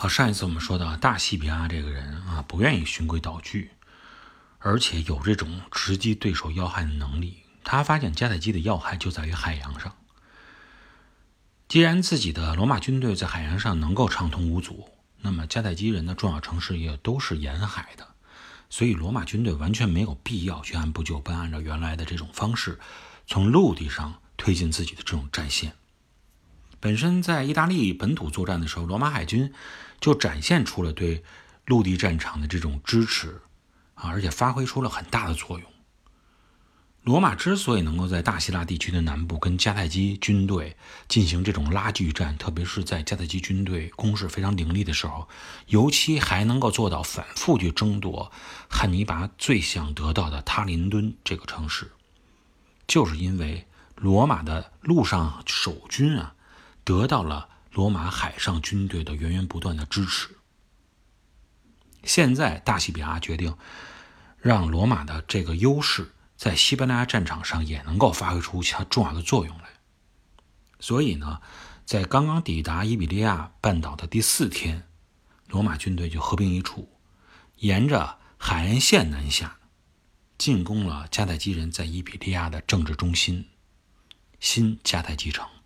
上一次我们说到大西比阿这个人不愿意循规蹈矩，而且有这种直击对手要害的能力。他发现迦太基的要害就在于海洋上。既然自己的罗马军队在海洋上能够畅通无阻，那么迦太基人的重要城市也都是沿海的，所以罗马军队完全没有必要去按部就班，按照原来的这种方式从陆地上推进自己的这种战线。本身在意大利本土作战的时候，罗马海军就展现出了对陆地战场的这种支持而且发挥出了很大的作用。罗马之所以能够在大希腊地区的南部跟迦太基军队进行这种拉锯战，特别是在迦太基军队攻势非常凌厉的时候，尤其还能够做到反复去争夺汉尼拔最想得到的塔林敦这个城市，就是因为罗马的陆上守军得到了罗马海上军队的源源不断的支持。现在大西比阿决定让罗马的这个优势在西班牙战场上也能够发挥出重要的作用来。所以呢，在刚刚抵达伊比利亚半岛的第4天，罗马军队就合兵一处，沿着海岸线南下，进攻了迦太基人在伊比利亚的政治中心新迦太基城。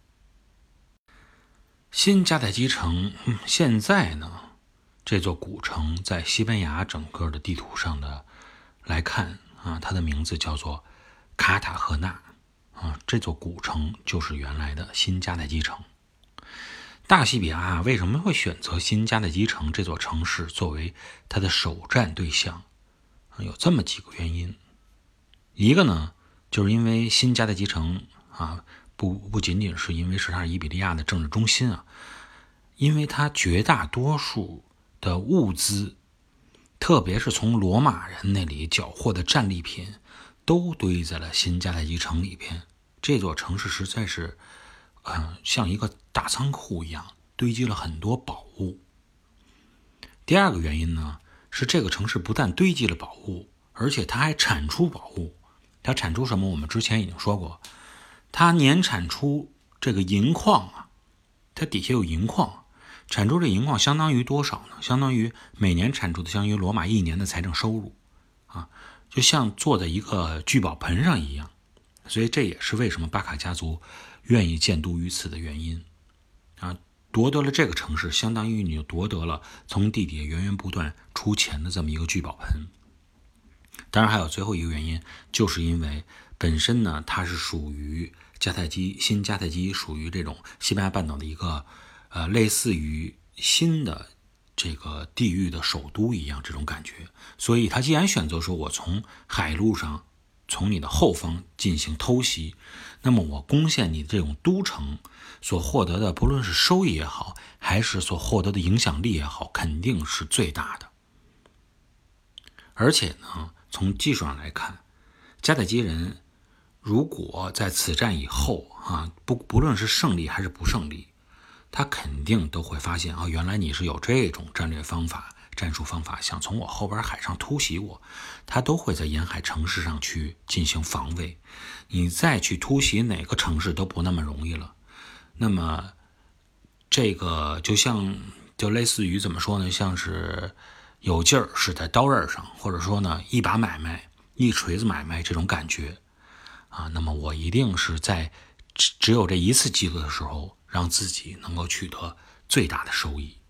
新迦太基城现在呢，这座古城在西班牙整个的地图上的来看它的名字叫做卡塔赫纳这座古城就是原来的新迦太基城。大西比阿为什么会选择新迦太基城这座城市作为他的首战对象？有这么几个原因。一个呢，就是因为新迦太基城不仅仅是因为是它是伊比利亚的政治中心因为它绝大多数的物资，特别是从罗马人那里缴获的战利品，都堆在了新迦太基城里边。这座城市实在是像一个大仓库一样，堆积了很多宝物。第二个原因呢，是这个城市不但堆积了宝物，而且它还产出宝物。它产出什么？我们之前已经说过，它年产出这个银矿它底下有银矿，产出这银矿相当于多少呢？相当于每年产出的相当于罗马1年的财政收入就像坐在一个聚宝盆上一样。所以这也是为什么巴卡家族愿意建都于此的原因夺得了这个城市，相当于你就夺得了从地底下源源不断出钱的这么一个聚宝盆。当然还有最后一个原因，就是因为本身呢，它是属于新迦太基属于这种西班牙半岛的一个类似于新的这个地域的首都一样这种感觉。所以他既然选择说我从海路上从你的后方进行偷袭，那么我攻陷你的这种都城所获得的不论是收益也好，还是所获得的影响力也好，肯定是最大的。而且呢，从技术上来看，迦太基人如果在此战以后不论是胜利还是不胜利，他肯定都会发现原来你是有这种战略方法、战术方法，想从我后边海上突袭我，他都会在沿海城市上去进行防卫。你再去突袭哪个城市都不那么容易了。那么这个就类似于怎么说呢？像是有劲儿使在刀刃上，或者说呢一把买卖、一锤子买卖这种感觉那么我一定是在只有这一次机会的时候，让自己能够取得最大的收益。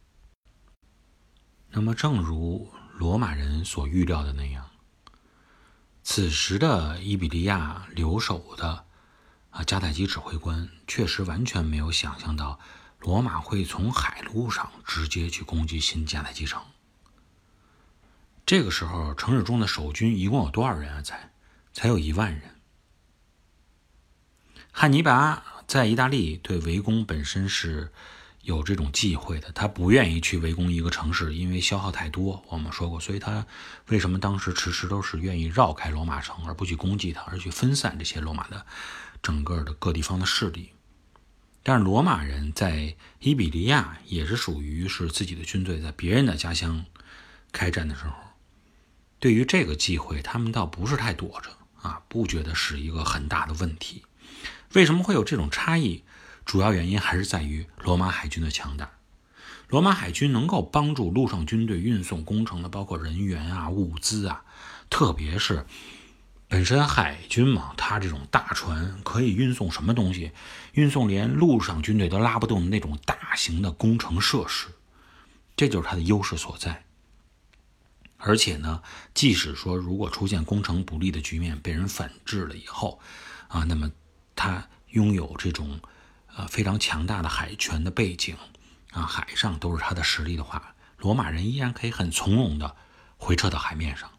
那么正如罗马人所预料的那样，此时的伊比利亚留守的迦太基指挥官确实完全没有想象到罗马会从海路上直接去攻击新迦太基城。这个时候城市中的守军一共有多少人才有1万人。汉尼拔在意大利对围攻本身是有这种忌讳的，他不愿意去围攻一个城市，因为消耗太多，我们说过。所以他为什么当时迟迟都是愿意绕开罗马城，而不去攻击它，而去分散这些罗马的整个的各地方的势力。但是罗马人在伊比利亚也是属于是自己的军队在别人的家乡开战的时候，对于这个忌讳他们倒不是太躲着不觉得是一个很大的问题。为什么会有这种差异？主要原因还是在于罗马海军的强大。 罗马海军能够帮助陆上军队运送工程的，包括人员啊、物资啊，特别是本身海军嘛，它这种大船可以运送什么东西？运送连陆上军队都拉不动的那种大型的工程设施，这就是它的优势所在。而且呢，即使说如果出现攻城不利的局面，被人反制了以后啊，那么它拥有这种非常强大的海权的背景啊，海上都是它的实力的话，罗马人依然可以很从容的回撤到海面上。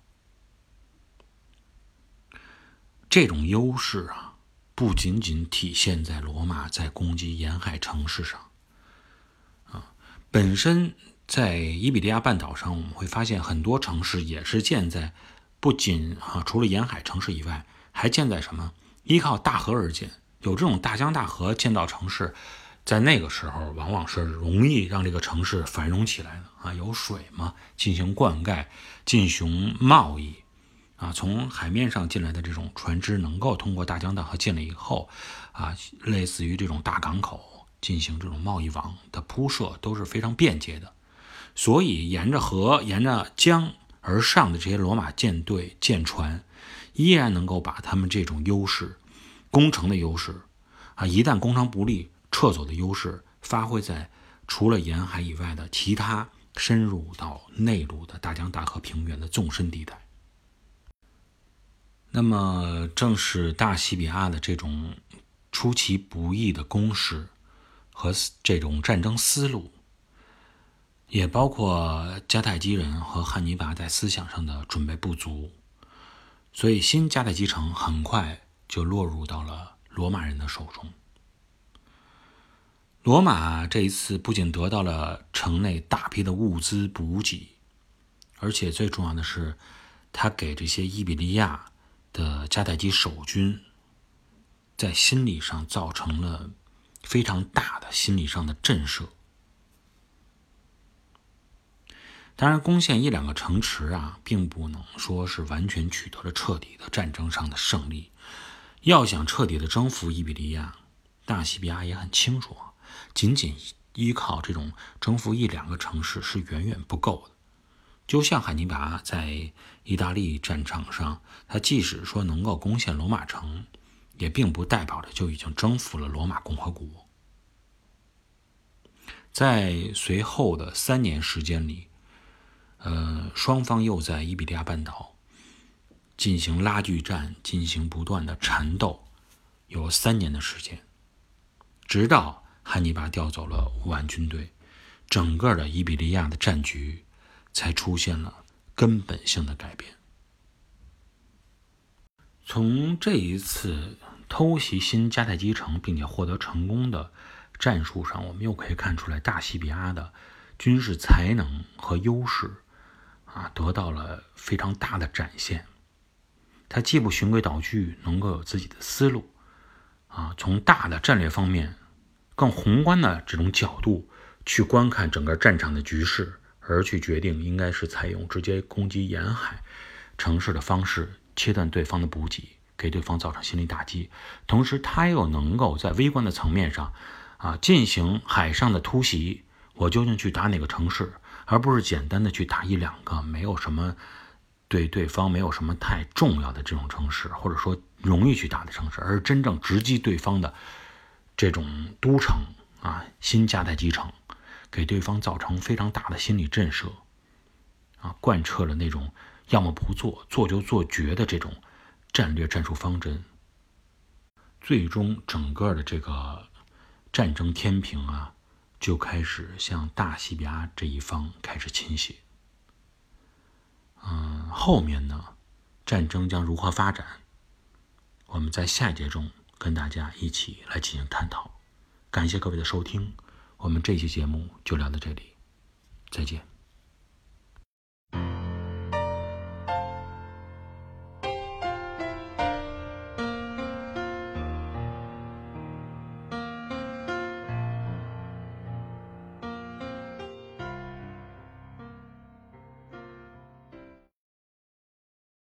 这种优势啊，不仅仅体现在罗马在攻击沿海城市上啊，本身在伊比利亚半岛上，我们会发现很多城市也是建在不仅除了沿海城市以外，还建在什么？依靠大河而建，有这种大江大河建造城市，在那个时候往往是容易让这个城市繁荣起来的啊，有水嘛，进行灌溉，进行贸易。从海面上进来的这种船只能够通过大江大河进来以后类似于这种大港口进行这种贸易网的铺设都是非常便捷的。所以沿着河沿着江而上的这些罗马舰队舰船依然能够把他们这种优势，攻城的优势一旦攻城不利撤走的优势发挥在除了沿海以外的其他深入到内陆的大江大河平原的纵深地带。那么正是大西比阿的这种出其不意的攻势和这种战争思路，也包括迦太基人和汉尼拔在思想上的准备不足，所以新迦太基城很快就落入到了罗马人的手中。罗马这一次不仅得到了城内大批的物资补给，而且最重要的是他给这些伊比利亚的迦太基守军在心理上造成了非常大的心理上的震慑。当然攻陷一两个城池并不能说是完全取得了彻底的战争上的胜利。要想彻底的征服伊比利亚，大西比阿也很清楚仅仅依靠这种征服一两个城市是远远不够的。就像汉尼拔在意大利战场上，他即使说能够攻陷罗马城，也并不代表着就已经征服了罗马共和国。在随后的3年时间里，双方又在伊比利亚半岛进行拉锯战，进行不断的缠斗，有3年的时间，直到汉尼拔调走了5万军队，整个的伊比利亚的战局才出现了根本性的改变。从这一次偷袭新迦太基城并且获得成功的战术上，我们又可以看出来大西比阿的军事才能和优势得到了非常大的展现。他既不循规蹈矩，能够有自己的思路从大的战略方面更宏观的这种角度去观看整个战场的局势，而去决定应该是采用直接攻击沿海城市的方式，切断对方的补给，给对方造成心理打击。同时他又能够在微观的层面上进行海上的突袭，我究竟去打哪个城市，而不是简单的去打一两个没有什么对对方没有什么太重要的这种城市，或者说容易去打的城市，而真正直击对方的这种都城新迦太基城，给对方造成非常大的心理震慑贯彻了那种要么不做，做就做绝的这种战略战术方针。最终整个的这个战争天平就开始向大西比阿这一方开始倾斜。后面呢，战争将如何发展，我们在下一节中跟大家一起来进行探讨。感谢各位的收听，我们这期节目就聊到这里，再见。